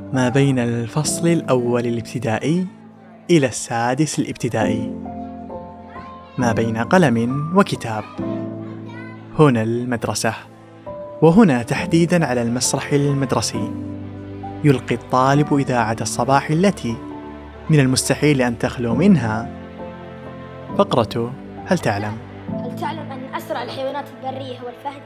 ما بين الفصل الأول الابتدائي إلى السادس الابتدائي، ما بين قلم وكتاب. هنا المدرسة، وهنا تحديداً على المسرح المدرسي يلقي الطالب إذاعة الصباح التي من المستحيل أن تخلو منها فقرة هل تعلم؟ هل تعلم أن أسرع الحيوانات البرية هو الفهد؟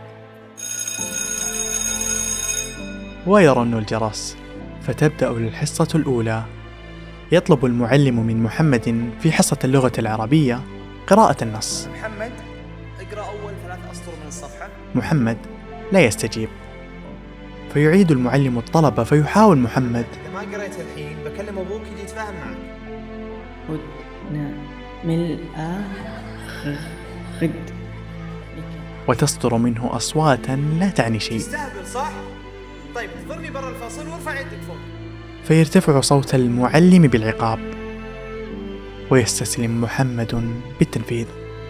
ويرن الجرس فتبدأ الحصة الأولى. يطلب المعلم من محمد في حصة اللغة العربية قراءة النص. محمد، اقرأ أول 3 أسطر من الصفحة. محمد لا يستجيب، فيعيد المعلم الطلب، فيحاول محمد. إذا ما قريت الحين بكلم أبوك يجي يتفاهم معك. هدنا ملء خد، وتصدر منه أصواتا لا تعني شيء. تستهبل صح؟ طيب انتظرني برا الفصل وارفع يدك فوق. فيرتفع صوت المعلم بالعقاب، ويستسلم محمد بالتنفيذ.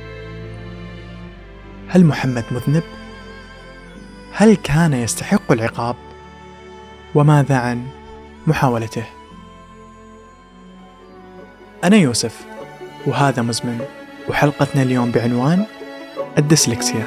هل محمد مذنب؟ هل كان يستحق العقاب؟ وماذا عن محاولته؟ أنا يوسف، وهذا مزمن، وحلقتنا اليوم بعنوان الديسلكسيا.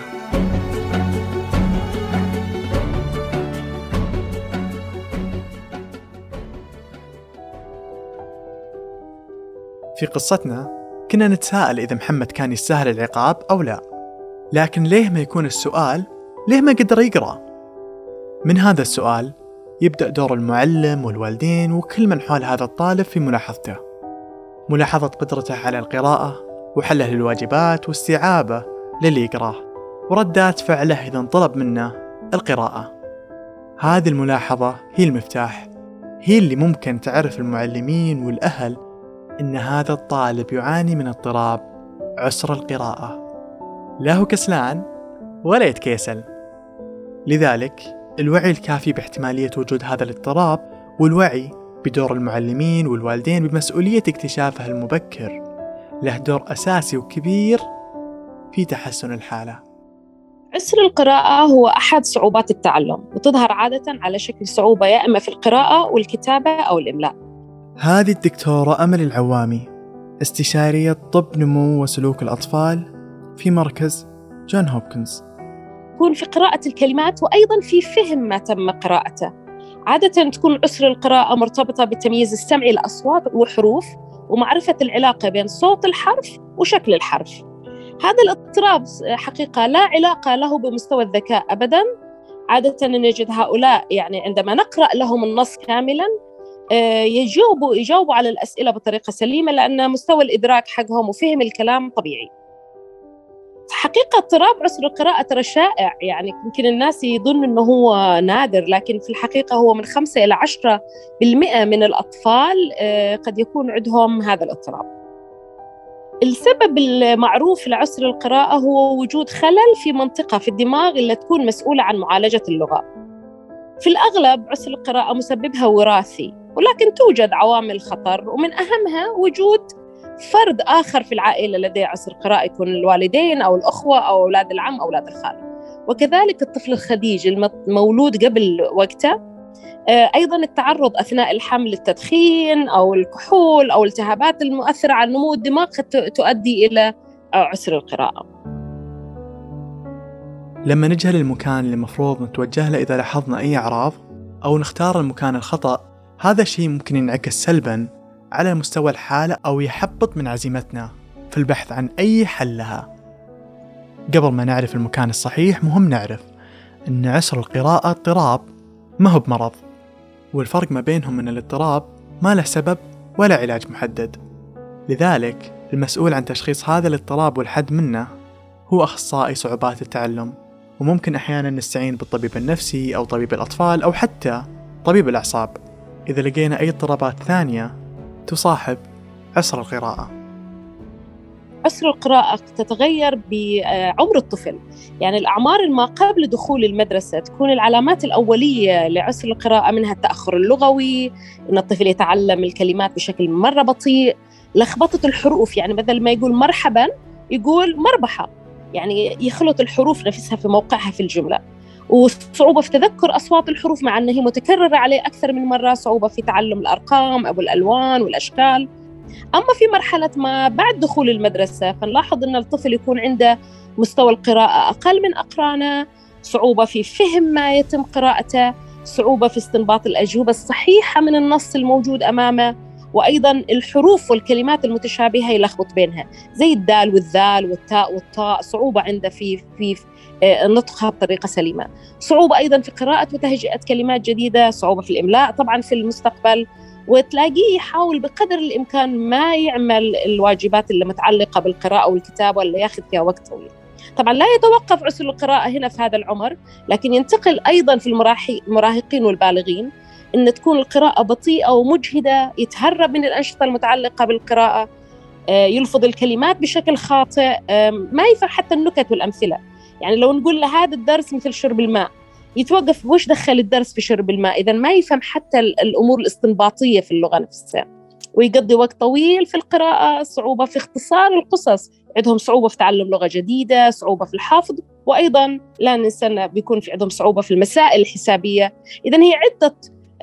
في قصتنا كنا نتساءل إذا محمد كان يستاهل العقاب أو لا، لكن ليه ما يكون السؤال ليه ما قدر يقرأ؟ من هذا السؤال يبدأ دور المعلم والوالدين وكل من حول هذا الطالب في ملاحظته، ملاحظة قدرته على القراءة وحله للواجبات واستيعابه للي يقراه، وردات فعله إذا طلب منه القراءة. هذه الملاحظة هي المفتاح، هي اللي ممكن تعرف المعلمين والأهل إن هذا الطالب يعاني من اضطراب عسر القراءة، لا هو كسلان ولا يتكيسل. لذلك الوعي الكافي باحتمالية وجود هذا الاضطراب، والوعي بدور المعلمين والوالدين بمسؤولية اكتشافه المبكر، له دور أساسي وكبير في تحسن الحالة. عسر القراءة هو أحد صعوبات التعلم، وتظهر عادة على شكل صعوبة يا إما في القراءة والكتابة أو الإملاء. هذه الدكتورة أمل العوامي، استشارية طب نمو وسلوك الأطفال في مركز جون هوبكنز. تكون في قراءة الكلمات وأيضاً في فهم ما تم قراءته. عادة تكون عسر القراءة مرتبطة بالتمييز السمعي لأصوات وحروف، ومعرفة العلاقة بين صوت الحرف وشكل الحرف. هذا الاضطراب حقيقة لا علاقة له بمستوى الذكاء أبداً. عادة نجد هؤلاء عندما نقرأ لهم النص كاملاً يجاوبوا على الأسئلة بطريقة سليمة، لأن مستوى الإدراك حقهم وفهم الكلام طبيعي. حقيقة اضطراب عسر القراءة ترى شائع، يمكن الناس يظن أنه هو نادر، لكن في الحقيقة هو من 5 إلى 10% من الأطفال قد يكون عندهم هذا الاضطراب. السبب المعروف لعسر القراءة هو وجود خلل في منطقة في الدماغ اللي تكون مسؤولة عن معالجة اللغة. في الأغلب عسر القراءة مسببها وراثي، ولكن توجد عوامل خطر، ومن أهمها وجود فرد آخر في العائلة لديه عسر قراءة، يكون الوالدين أو الأخوة أو أولاد العم أو أولاد الخال. وكذلك الطفل الخديج المولود قبل وقته، أيضاً التعرض أثناء الحمل للتدخين أو الكحول أو التهابات المؤثرة على نمو الدماغ تؤدي إلى عسر القراءة. لما نجهل المكان اللي مفروض نتوجه له إذا لاحظنا أي أعراض، أو نختار المكان الخطأ، هذا الشيء ممكن ينعكس سلباً على مستوى الحالة أو يحبط من عزيمتنا في البحث عن أي حل لها. قبل ما نعرف المكان الصحيح، مهم نعرف أن عسر القراءة اضطراب، ما هو بمرض، والفرق ما بينهم من الاضطراب ما له سبب ولا علاج محدد. لذلك المسؤول عن تشخيص هذا الاضطراب والحد منه هو أخصائي صعوبات التعلم، وممكن أحيانا نستعين بالطبيب النفسي أو طبيب الأطفال أو حتى طبيب الأعصاب إذا لقينا أي اضطرابات ثانية تصاحب عسر القراءة. عسر القراءة تتغير بعمر الطفل، الأعمار ما قبل دخول المدرسة تكون العلامات الأولية لعسر القراءة منها التأخر اللغوي، إن الطفل يتعلم الكلمات بشكل مرة بطيء، لخبطة الحروف، بدل ما يقول مرحبا يقول مربحة، يخلط الحروف نفسها في موقعها في الجملة. وصعوبة في تذكر أصوات الحروف مع أنها متكررة عليه أكثر من مرة، صعوبة في تعلم الأرقام أو الألوان والأشكال. أما في مرحلة ما بعد دخول المدرسة فنلاحظ أن الطفل يكون عنده مستوى القراءة أقل من أقرانه، صعوبة في فهم ما يتم قراءته، صعوبة في استنباط الأجوبة الصحيحة من النص الموجود أمامه، وأيضاً الحروف والكلمات المتشابهة يلخبط بينها زي الدال والذال والتاء والطاء، صعوبة عنده في نطقها بطريقة سليمة، صعوبة أيضاً في قراءة وتهجئة كلمات جديدة، صعوبة في الإملاء طبعاً في المستقبل. وتلاقيه يحاول بقدر الإمكان ما يعمل الواجبات اللي متعلقة بالقراءة والكتابة اللي ياخذ فيها وقت طويل. طبعاً لا يتوقف عسر القراءة هنا في هذا العمر، لكن ينتقل أيضاً في المراهقين والبالغين إن تكون القراءة بطيئة ومجهدة، يتهرب من الأنشطة المتعلقة بالقراءة، يلفظ الكلمات بشكل خاطئ، ما يفهم حتى النكت والأمثلة. يعني لو نقول له هذا الدرس مثل شرب الماء، يتوقف وش دخل الدرس في شرب الماء، إذا ما يفهم حتى الأمور الاستنباطية في اللغة نفسها، ويقضي وقت طويل في القراءة، صعوبة في اختصار القصص، عندهم صعوبة في تعلم لغة جديدة، صعوبة في الحفظ، وأيضاً لا ننسى أن بيكون في عندهم صعوبة في المسائل الحسابية. إذن هي عدة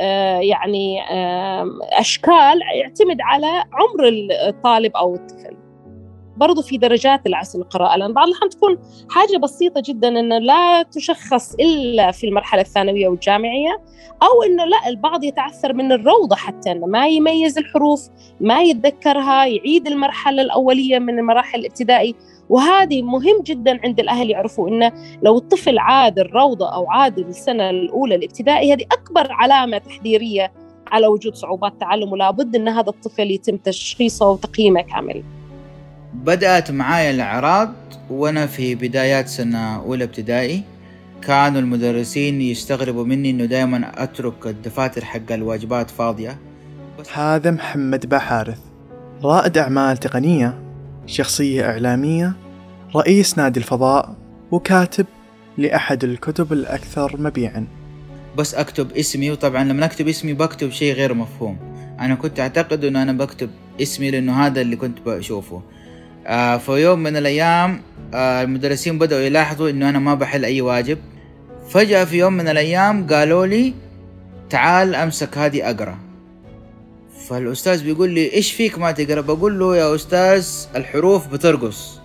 أشكال يعتمد على عمر الطالب أو الطفل. برضو في درجات العسر القراءة، لأن بعض الأحيان تكون حاجة بسيطة جدا أن لا تشخص إلا في المرحلة الثانوية والجامعية، أو أنه لا البعض يتعثر من الروضة حتى أنه ما يميز الحروف، ما يتذكرها، يعيد المرحلة الأولية من المراحل الابتدائي. وهذه مهم جدا عند الأهل يعرفوا أنه لو الطفل عاد الروضة أو عاد السنة الأولى الابتدائي، هذه أكبر علامة تحذيرية على وجود صعوبات تعلم، ولا بد أن هذا الطفل يتم تشخيصه وتقييمه كامل. بدأت معايا الأعراض وأنا في بدايات سنة أولى ابتدائي. كانوا المدرسين يستغربوا مني إنه دائما أترك الدفاتر حق الواجبات فاضية. هذا محمد بحارث، رائد أعمال تقنية، شخصية إعلامية، رئيس نادي الفضاء، وكاتب لأحد الكتب الأكثر مبيعاً. بس أكتب اسمي، وطبعا لما أكتب اسمي بكتب شيء غير مفهوم. أنا كنت أعتقد أنه أنا بكتب اسمي لأنه هذا اللي كنت بشوفه. في يوم من الأيام المدرسين بدأوا يلاحظوا أنه أنا ما بحل أي واجب. فجأة في يوم من الأيام قالوا لي تعال أمسك هذه أقرأ. فالأستاذ بيقول لي إيش فيك ما تقرأ؟ بقول له يا أستاذ الحروف بترقص.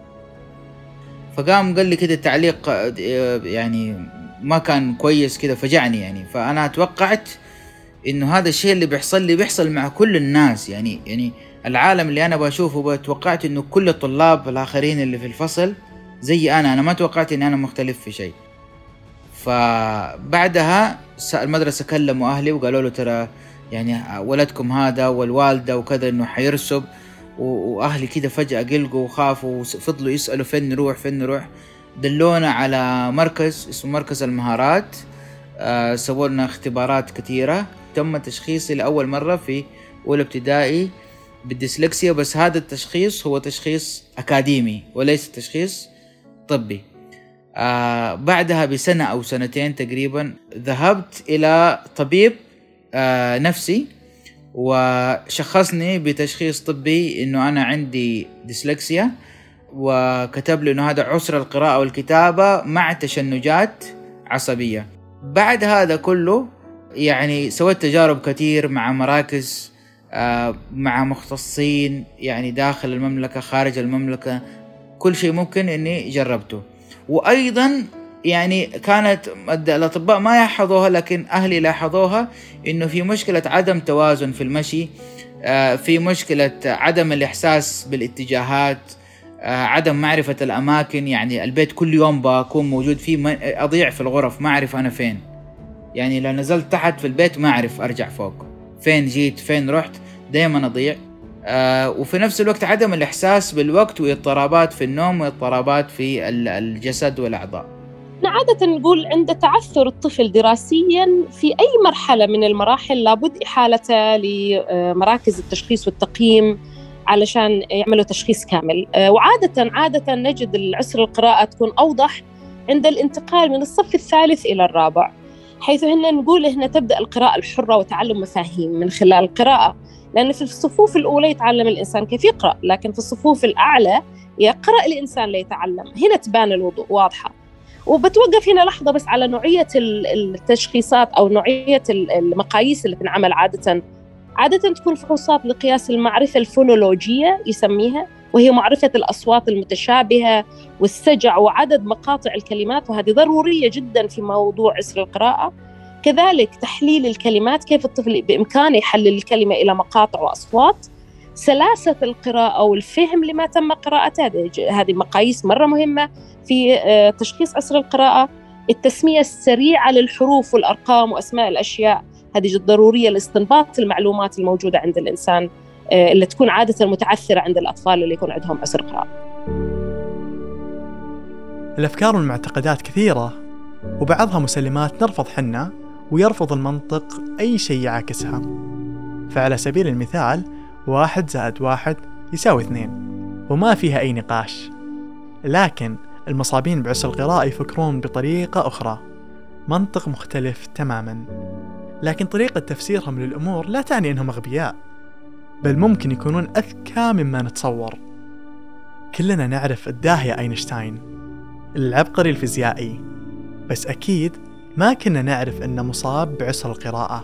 فقام قال لي كده تعليق يعني ما كان كويس كده، فجعني يعني. فأنا توقعت إنه هذا الشيء اللي بيحصل مع كل الناس، يعني العالم اللي أنا بشوفه، توقعت إنه كل الطلاب الآخرين اللي في الفصل زي أنا ما توقعت إن أنا مختلف في شيء. فبعدها المدرسة كلموا أهلي وقالوا له ترى يعني ولدكم هذا والوالدة وكذا إنه حيرسب. وأهلي كده فجأة قلقوا وخافوا وفضلوا يسألوا فين نروح. دلونا على مركز اسمه مركز المهارات. سووا لنا اختبارات كثيرة. تم تشخيصي لأول مرة في أولى ابتدائي بالديسلكسيا، بس هذا التشخيص هو تشخيص أكاديمي وليس تشخيص طبي. بعدها بسنة أو سنتين تقريبا ذهبت إلى طبيب نفسي وشخصني بتشخيص طبي إنه أنا عندي ديسلكسيا، وكتب لي إنه هذا عسر القراءة والكتابة مع تشنجات عصبية. بعد هذا كله يعني سويت تجارب كتير مع مراكز، مع مختصين يعني داخل المملكة خارج المملكة، كل شيء ممكن إني جربته. وأيضا يعني كانت الأطباء ما يلاحظوها لكن أهلي لاحظوها، إنه في مشكلة عدم توازن في المشي، في مشكلة عدم الإحساس بالاتجاهات، عدم معرفة الأماكن. يعني البيت كل يوم بكون موجود فيه، أضيع في الغرف، ما أعرف أنا فين. يعني لو نزلت تحت في البيت ما أعرف أرجع فوق، فين جيت فين رحت، دايما أضيع. وفي نفس الوقت عدم الإحساس بالوقت، واضطرابات في النوم، واضطرابات في الجسد والأعضاء. عادة نقول عند تعثر الطفل دراسيا في أي مرحلة من المراحل لابد إحالته لمراكز التشخيص والتقييم علشان يعملوا تشخيص كامل. وعادة نجد العسر القراءة تكون أوضح عند الانتقال من الصف الثالث إلى الرابع، حيث نقول هنا تبدأ القراءة الحرة وتعلم مفاهيم من خلال القراءة. لأن في الصفوف الأولى يتعلم الإنسان كيف يقرأ، لكن في الصفوف الأعلى يقرأ الإنسان ليتعلم. هنا تبان الوضوء واضحة. وبتوقف هنا لحظة بس على نوعية التشخيصات أو نوعية المقاييس اللي تنعمل عادة تكون فحوصات لقياس المعرفة الفونولوجية يسميها، وهي معرفة الأصوات المتشابهة والسجع وعدد مقاطع الكلمات، وهذه ضرورية جدا في موضوع عسر القراءة. كذلك تحليل الكلمات، كيف الطفل بإمكانه يحلل الكلمة إلى مقاطع وأصوات. سلاسة القراءة والفهم لما تم قراءته، هذه مقاييس مرة مهمة في تشخيص عسر القراءة. التسمية السريعة للحروف والأرقام وأسماء الأشياء، هذه جد ضرورية لاستنباط المعلومات الموجودة عند الإنسان اللي تكون عادة متعثرة عند الأطفال اللي يكون عندهم عسر قراءة. الأفكار والمعتقدات كثيرة، وبعضها مسلمات نرفض حنا ويرفض المنطق أي شيء يعاكسها. فعلى سبيل المثال 1 زائد 1 يساوي 2، وما فيها أي نقاش. لكن المصابين بعسر القراءة يفكرون بطريقة أخرى، منطق مختلف تماماً. لكن طريقة تفسيرهم للأمور لا تعني أنهم أغبياء، بل ممكن يكونون أذكى مما نتصور. كلنا نعرف الداهية أينشتاين، العبقري الفيزيائي، بس أكيد ما كنا نعرف أنه مصاب بعسر القراءة.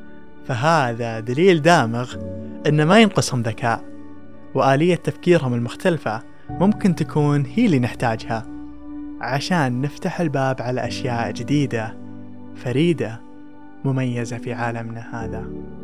فهذا دليل دامغ أن ما ينقصهم ذكاء، وآلية تفكيرهم المختلفة ممكن تكون هي اللي نحتاجها عشان نفتح الباب على أشياء جديدة فريدة مميزة في عالمنا هذا.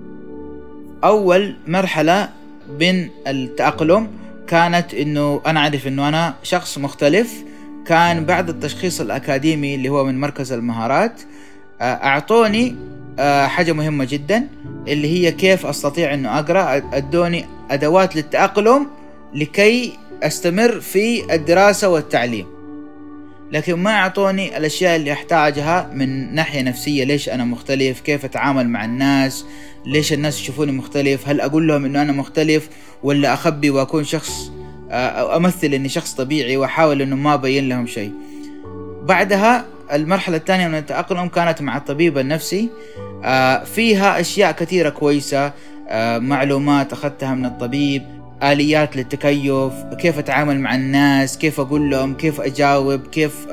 أول مرحلة من التأقلم كانت إنه أنا أعرف إنه أنا شخص مختلف. كان بعد التشخيص الأكاديمي اللي هو من مركز المهارات أعطوني حاجة مهمة جدا، اللي هي كيف أستطيع إنه أقرأ. أدوني أدوات للتأقلم لكي أستمر في الدراسة والتعليم، لكن ما أعطوني الأشياء اللي أحتاجها من ناحية نفسية. ليش أنا مختلف؟ كيف أتعامل مع الناس؟ ليش الناس يشوفوني مختلف؟ هل أقول لهم إنه أنا مختلف ولا أخبي وأكون شخص أو أمثل إني شخص طبيعي وأحاول إنه ما أبين لهم شيء؟ بعدها المرحلة الثانية من التأقلم كانت مع الطبيب النفسي. فيها أشياء كثيرة كويسة، معلومات أخذتها من الطبيب، آليات للتكيف، كيف أتعامل مع الناس، كيف أقول لهم، كيف أجاوب، كيف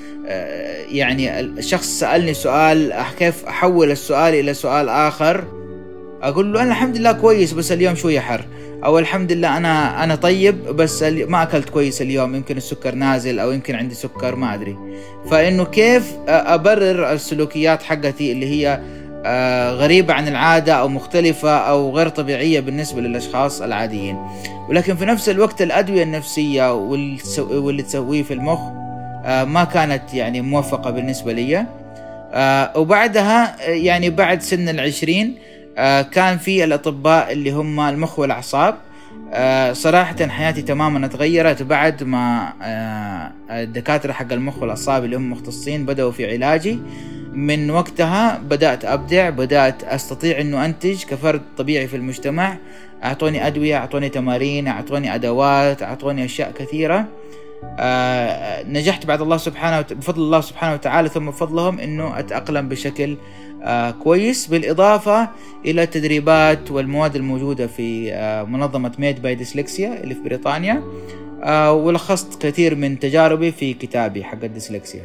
يعني الشخص سألني سؤال كيف أحول السؤال إلى سؤال آخر، أقول له أنا الحمد لله كويس بس اليوم شوية حر، أو الحمد لله أنا طيب بس ما أكلت كويس اليوم، يمكن السكر نازل أو يمكن عندي سكر ما أدري. فإنه كيف أبرر السلوكيات حقتي اللي هي غريبة عن العادة أو مختلفة أو غير طبيعية بالنسبة للأشخاص العاديين. ولكن في نفس الوقت الأدوية النفسية واللي تسويه في المخ ما كانت يعني موفقة بالنسبة لي. وبعدها يعني بعد سن 20 كان في الأطباء اللي هم المخ والأعصاب. صراحة حياتي تماما اتغيرت بعد ما الدكاترة حق المخ والأعصاب اللي هم مختصين بدأوا في علاجي. من وقتها بدأت أبدع، بدأت أستطيع أنه أنتج كفرد طبيعي في المجتمع. أعطوني أدوية، أعطوني تمارين، أعطوني أدوات، أعطوني أشياء كثيرة. نجحت بعد الله بفضل الله سبحانه وتعالى ثم بفضلهم أنه أتأقلم بشكل كويس، بالإضافة إلى التدريبات والمواد الموجودة في منظمة ميد باي ديسلكسيا اللي في بريطانيا. ولخصت كثير من تجاربي في كتابي حق الديسلكسيا.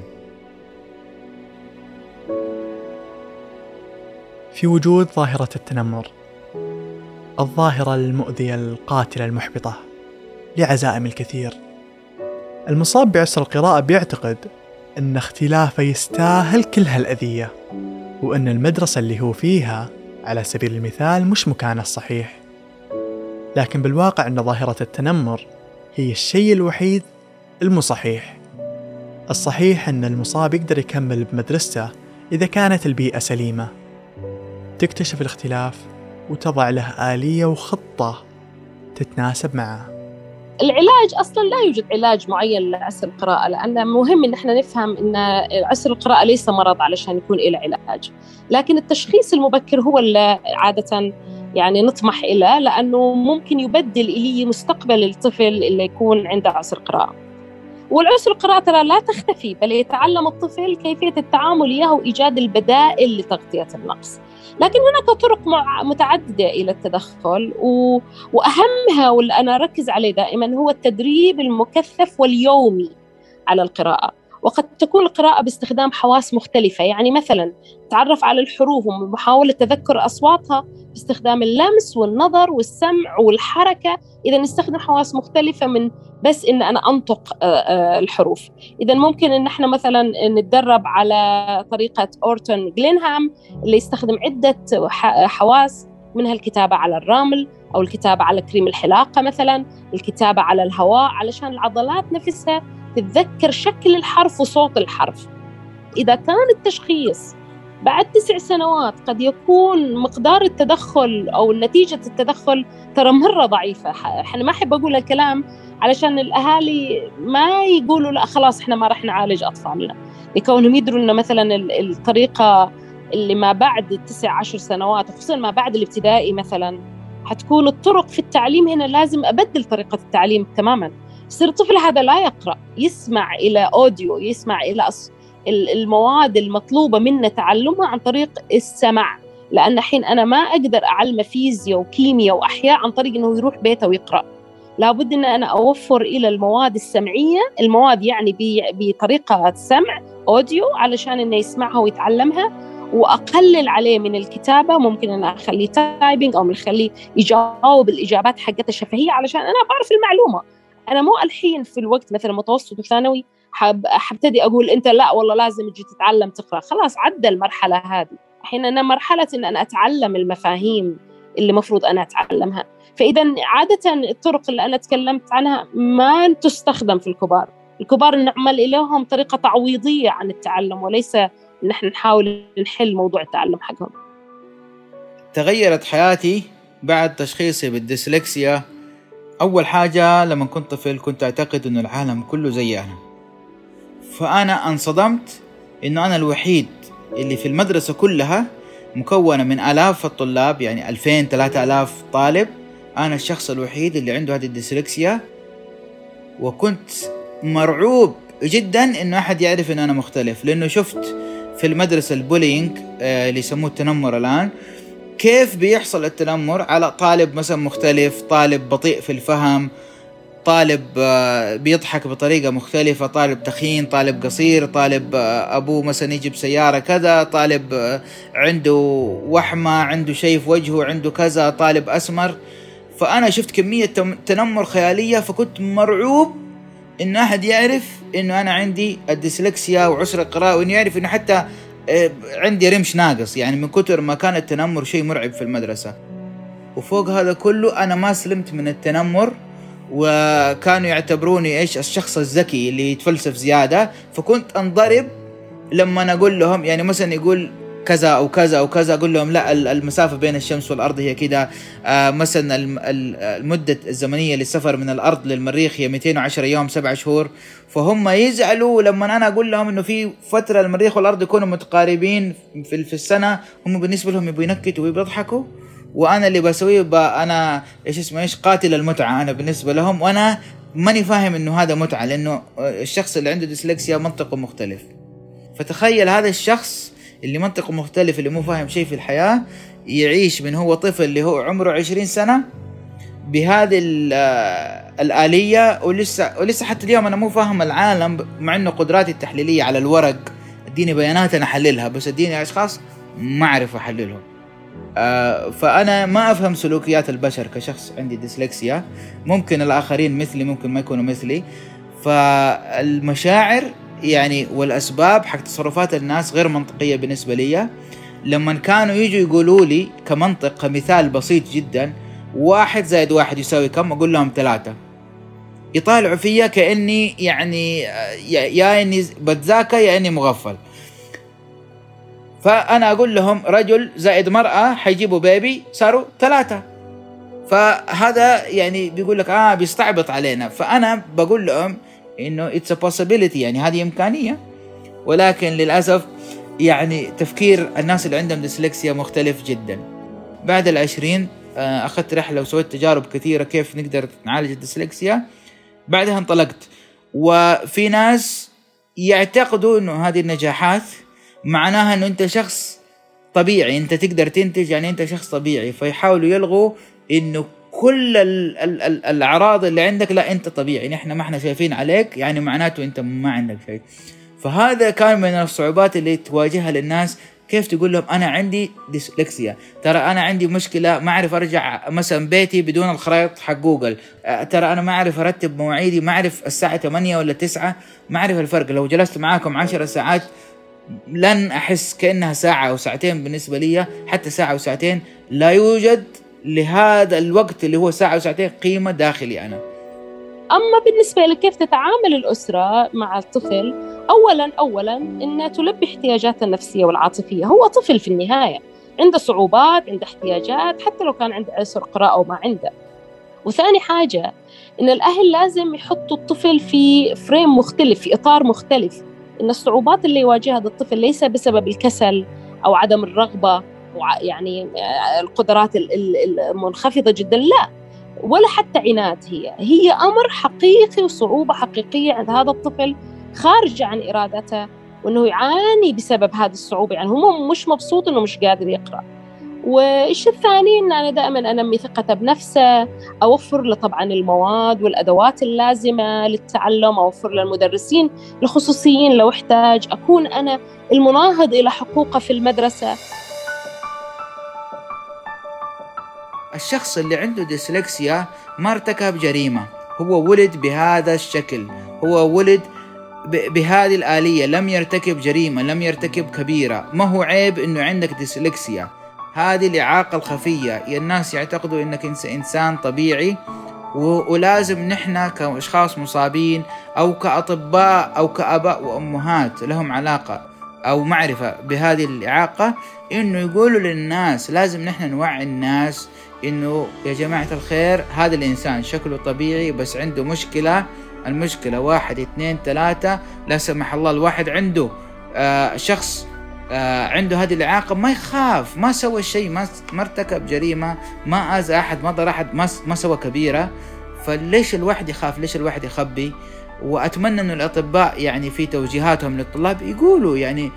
في وجود ظاهرة التنمر، الظاهرة المؤذية القاتلة المحبطة لعزائم الكثير، المصاب بعسر القراءة بيعتقد أن اختلافه يستاهل كل هالأذية، وأن المدرسة اللي هو فيها على سبيل المثال مش مكانه الصحيح. لكن بالواقع أن ظاهرة التنمر هي الشيء الوحيد المصحيح. الصحيح أن المصاب يقدر يكمل بمدرسته إذا كانت البيئة سليمة، تكتشف الاختلاف وتضع له آلية وخطة تتناسب معه. العلاج أصلاً لا يوجد علاج معين لعسر القراءة، لأن مهم إن احنا نفهم إن عسر القراءة ليس مرض علشان يكون له علاج، لكن التشخيص المبكر هو اللي عادة يعني نطمح إليه، لأنه ممكن يبدل إلي مستقبل الطفل اللي يكون عنده عسر قراءة. والعسر القراءة ترى لا تختفي، بل يتعلم الطفل كيفية التعامل إياه وإيجاد البدائل لتغطية النقص. لكن هناك طرق متعددة إلى التدخل، وأهمها واللي أنا أركز عليه دائما هو التدريب المكثف واليومي على القراءة. وقد تكون القراءة باستخدام حواس مختلفة، يعني مثلا تعرف على الحروف ومحاولة تذكر أصواتها باستخدام اللمس والنظر والسمع والحركة. إذا نستخدم حواس مختلفة من بس إن أنا أنطق الحروف. إذا ممكن إن إحنا مثلا نتدرب على طريقة أورتون جلينهام اللي يستخدم عدة حواس، منها الكتابة على الرمل أو الكتابة على كريم الحلاقة مثلا، الكتابة على الهواء، علشان العضلات نفسها تتذكر شكل الحرف وصوت الحرف. إذا كان التشخيص بعد 9 سنوات قد يكون مقدار التدخل أو نتيجة التدخل ترى مرة ضعيفة. إحنا ما أحب أقول الكلام علشان الأهالي ما يقولوا لا خلاص إحنا ما رح نعالج أطفالنا، لكونهم يدروا إن مثلا الطريقة اللي ما بعد 9-10 سنوات وخصوصا ما بعد الابتدائي مثلا حتكون الطرق في التعليم هنا لازم أبدل طريقة التعليم تماماً. يصير الطفل هذا لا يقرأ، يسمع إلى أوديو، يسمع إلى المواد المطلوبة منه تعلمها عن طريق السمع، لأن حين أنا ما أقدر أعلمه فيزياء وكيمياء وأحياء عن طريق أنه يروح بيته ويقرأ. لابد أن أنا أوفر إلى المواد السمعية، المواد يعني بطريقة سمع أوديو، علشان أنه يسمعها ويتعلمها، وأقلل عليه من الكتابة. ممكن أن أخليه تايبينج أو أخليه يجاوب الإجابات حقتها الشفهية علشان أنا بعرف المعلومة. أنا مو الحين في الوقت مثلا متوسط وثانوي حبتدي أقول أنت لا والله لازم تجي تتعلم تقرأ، خلاص عدى المرحلة هذه. الحين أنا مرحلة إن أنا أتعلم المفاهيم اللي مفروض أنا أتعلمها. فإذا عادة الطرق اللي أنا تكلمت عنها ما تستخدم في الكبار. الكبار نعمل لهم طريقة تعويضية عن التعلم، وليس نحن نحاول نحل موضوع التعلم حقهم. تغيرت حياتي بعد تشخيصي بالديسلكسيا. أول حاجة لما كنت طفل كنت أعتقد أنه العالم كله زي أنا، فأنا انصدمت أنه أنا الوحيد اللي في المدرسة كلها مكونة من آلاف الطلاب، يعني 2000-3000 طالب، أنا الشخص الوحيد اللي عنده هذه الديسلكسيا. وكنت مرعوب جدا أنه أحد يعرف أنه أنا مختلف، لأنه شفت في المدرسة البولينج اللي يسموه التنمر الآن، كيف بيحصل التنمر على طالب مثلا مختلف، طالب بطيء في الفهم، طالب بيضحك بطريقة مختلفة، طالب تخين، طالب قصير، طالب أبوه مثلا يجيب سيارة كذا، طالب عنده وحمة، عنده شيء في وجهه، عنده كذا، طالب أسمر. فأنا شفت كمية تنمر خيالية، فكنت مرعوب إنه أحد يعرف إنه أنا عندي الديسلكسيا وعسر القراءة، وإنه يعرف إنه حتى عندي رمش ناقص، يعني من كتر ما كان التنمر شيء مرعب في المدرسة. وفوق هذا كله أنا ما سلمت من التنمر، وكانوا يعتبروني الشخص الذكي اللي يتفلسف زيادة. فكنت أنضرب لما أقول لهم، يعني مثلا يقول كذا أو كذا أو كذا، أقول لهم لا المسافة بين الشمس والأرض هي كده، مثلا المدة الزمنية للسفر من الأرض للمريخ هي 210 يوم 7 شهور. فهم يزعلوا لما أنا أقول لهم إنه في فترة المريخ والأرض يكونوا متقاربين في السنة. هم بالنسبة لهم يبوا ينكتوا ويضحكوا، وأنا اللي بسويه أنا قاتل المتعة أنا بالنسبة لهم، وأنا ماني فاهم إنه هذا متعة، لأنه الشخص اللي عنده ديسلكسيا منطقه مختلف. فتخيل هذا الشخص اللي منطقه مختلف، اللي مو فاهم شيء في الحياة، يعيش من هو طفل اللي هو عمره 20 سنة بهذه الآلية، ولسه حتى اليوم أنا مو فاهم العالم، مع إنه قدراتي التحليلية على الورق اديني بيانات أنا أحللها، بس اديني أشخاص ما أعرف أحللهم. فأنا ما أفهم سلوكيات البشر كشخص عندي ديسلكسيا. ممكن الآخرين مثلي، ممكن ما يكونوا مثلي. فالمشاعر يعني والأسباب حق تصرفات الناس غير منطقية بالنسبة لي. لما كانوا يجوا يقولوا لي كمنطق، كمثال بسيط جدا، 1 زائد 1 يساوي كم، أقول لهم 3، يطالعوا فيا كأني يعني يا إني بتذاكى يا إني مغفل. فأنا أقول لهم رجل زائد مرأة حيجيبوا بيبي، صاروا 3. فهذا يعني بيقول لك بيستعبط علينا. فأنا بقول لهم إنه it's a possibility، يعني هذه إمكانية، ولكن للأسف يعني تفكير الناس اللي عندهم ديسلكسيا مختلف جدا. بعد 20 أخذت رحلة وسويت تجارب كثيرة كيف نقدر نعالج الديسلكسيا. بعدها انطلقت، وفي ناس يعتقدوا إنه هذه النجاحات معناها إنه أنت شخص طبيعي، أنت تقدر تنتج، يعني أنت شخص طبيعي. فيحاولوا يلغوا إنه كل الأعراض اللي عندك، لا أنت طبيعي، نحن ما احنا شايفين عليك، يعني معناته أنت ما عندك شيء. فهذا كان من الصعوبات اللي تواجهها للناس، كيف تقول لهم أنا عندي ديسلكسيا، ترى أنا عندي مشكلة ما أعرف أرجع مثلا بيتي بدون الخرائط حق جوجل، ترى أنا ما أعرف أرتب مواعيدي، ما أعرف الساعة 8 ولا 9، ما أعرف الفرق. لو جلست معاكم 10 ساعات لن أحس كأنها ساعة أو ساعتين بالنسبة لي، حتى ساعة أو ساعتين لا يوجد لهذا الوقت اللي هو ساعة أو ساعتين قيمة داخلي أنا. أما بالنسبة لكيف تتعامل الأسرة مع الطفل، أولاً إنها تلبي احتياجاته النفسية والعاطفية. هو طفل في النهاية، عنده صعوبات، عنده احتياجات، حتى لو كان عنده عسر قراءة أو ما عنده. وثاني حاجة إن الأهل لازم يحطوا الطفل في فريم مختلف، في إطار مختلف، إن الصعوبات اللي يواجهها هذا الطفل ليس بسبب الكسل أو عدم الرغبة يعني القدرات المنخفضة جداً، لا، ولا حتى عناد. هي أمر حقيقي وصعوبة حقيقية عند هذا الطفل خارجة عن إرادته، وأنه يعاني بسبب هذه الصعوبة. يعني هو مش مبسوط أنه مش قادر يقرأ. والشيء الثاني أن أنا دائما أنمي ثقته بنفسه، أوفر له طبعا المواد والأدوات اللازمة للتعلم، أوفر له المدرسين الخصوصيين لو احتاج، أكون أنا المناهض إلى حقوقه في المدرسة. الشخص اللي عنده ديسلكسيا ما ارتكب جريمة، هو ولد بهذا الشكل، هو ولد بهذه الآلية، لم يرتكب جريمة، لم يرتكب كبيرة. ما هو عيب إنه عندك ديسلكسيا، هذه الإعاقة الخفية. الناس يعتقدوا إنك إنسان طبيعي، ولازم نحن كأشخاص مصابين أو كأطباء أو كأباء وأمهات لهم علاقة أو معرفة بهذه الإعاقة، إنه يقولوا للناس، لازم نحن نوعي الناس إنه يا جماعة الخير هذا الإنسان شكله طبيعي بس عنده مشكلة. المشكلة 1 2 3، لا سمح الله الواحد عنده شخص عنده هذه الإعاقة ما يخاف، ما سوى شيء، ما ارتكب جريمة، ما أذى أحد، ما ضر أحد، ما سوى كبيرة، فليش الواحد يخاف؟ ليش الواحد يخبي؟ وأتمنى أن الأطباء يعني في توجيهاتهم للطلاب يقولوا يعني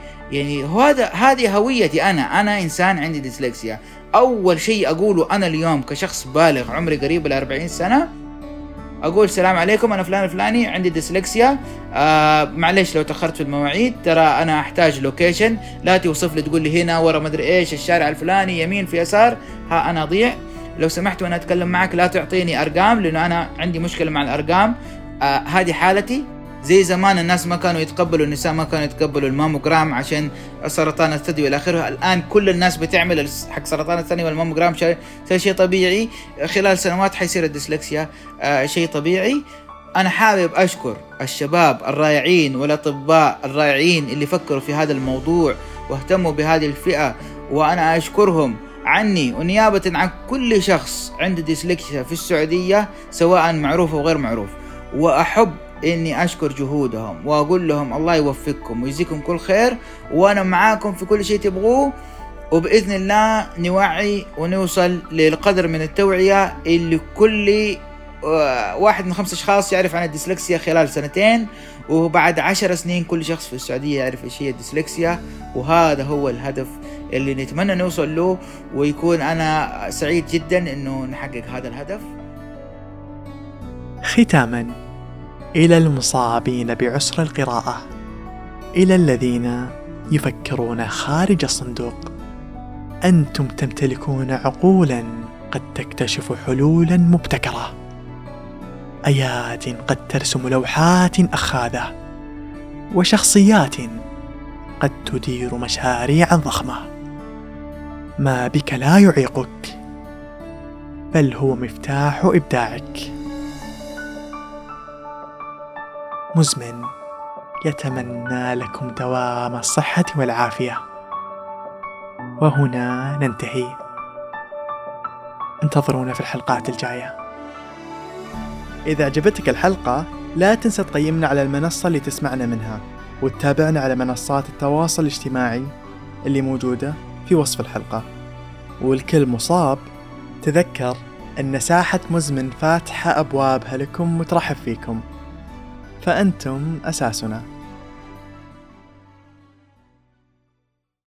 هذه هويتي، أنا إنسان عندي ديسلكسيا. أول شيء أقوله أنا اليوم كشخص بالغ عمري قريب ل 40 سنة، أقول السلام عليكم أنا فلان الفلاني عندي ديسلكسيا، معليش لو تأخرت في المواعيد، ترى أنا أحتاج لوكيشن، لا توصف لي تقول لي هنا ورا مدري إيش الشارع الفلاني يمين في يسار، أنا أضيع، لو سمحت وأنا أتكلم معك لا تعطيني أرقام لأنه أنا عندي مشكلة مع الأرقام، هذه حالتي. زي زمان الناس ما كانوا يتقبلوا، النساء ما كانوا يتقبلوا الماموجرام عشان سرطان الثدي والى اخره، الان كل الناس بتعمل حق سرطان الثدي والماموجرام شيء طبيعي. خلال سنوات حيصير الديسلكسيا شيء طبيعي. انا حابب اشكر الشباب الرائعين والاطباء الرائعين اللي فكروا في هذا الموضوع واهتموا بهذه الفئة، وانا اشكرهم عني ونيابة عن كل شخص عنده ديسلكسيا في السعودية سواء معروف او غير معروف. واحب إني أشكر جهودهم وأقول لهم الله يوفقكم ويجزيكم كل خير، وأنا معاكم في كل شيء تبغوه، وبإذن الله نوعي ونوصل للقدر من التوعية اللي كل 1 من 5 أشخاص يعرف عن الديسلكسيا خلال 2 وبعد 10 سنين كل شخص في السعودية يعرف إيش هي الديسلكسيا. وهذا هو الهدف اللي نتمنى نوصل له، ويكون أنا سعيد جدا إنه نحقق هذا الهدف. ختاماً، إلى المصابين بعسر القراءة، إلى الذين يفكرون خارج الصندوق، أنتم تمتلكون عقولاً قد تكتشف حلولاً مبتكرة، أياد قد ترسم لوحات أخاذة، وشخصيات قد تدير مشاريعاً ضخمة. ما بك لا يعيقك، بل هو مفتاح إبداعك. مزمن يتمنى لكم دوام الصحة والعافية. وهنا ننتهي، انتظرونا في الحلقات الجاية. إذا عجبتك الحلقة لا تنسى تقيمنا على المنصة اللي تسمعنا منها، وتتابعنا على منصات التواصل الاجتماعي اللي موجودة في وصف الحلقة. والكل مصاب تذكر أن ساحة مزمن فاتحة أبوابها لكم وترحب فيكم، فأنتم أساسنا.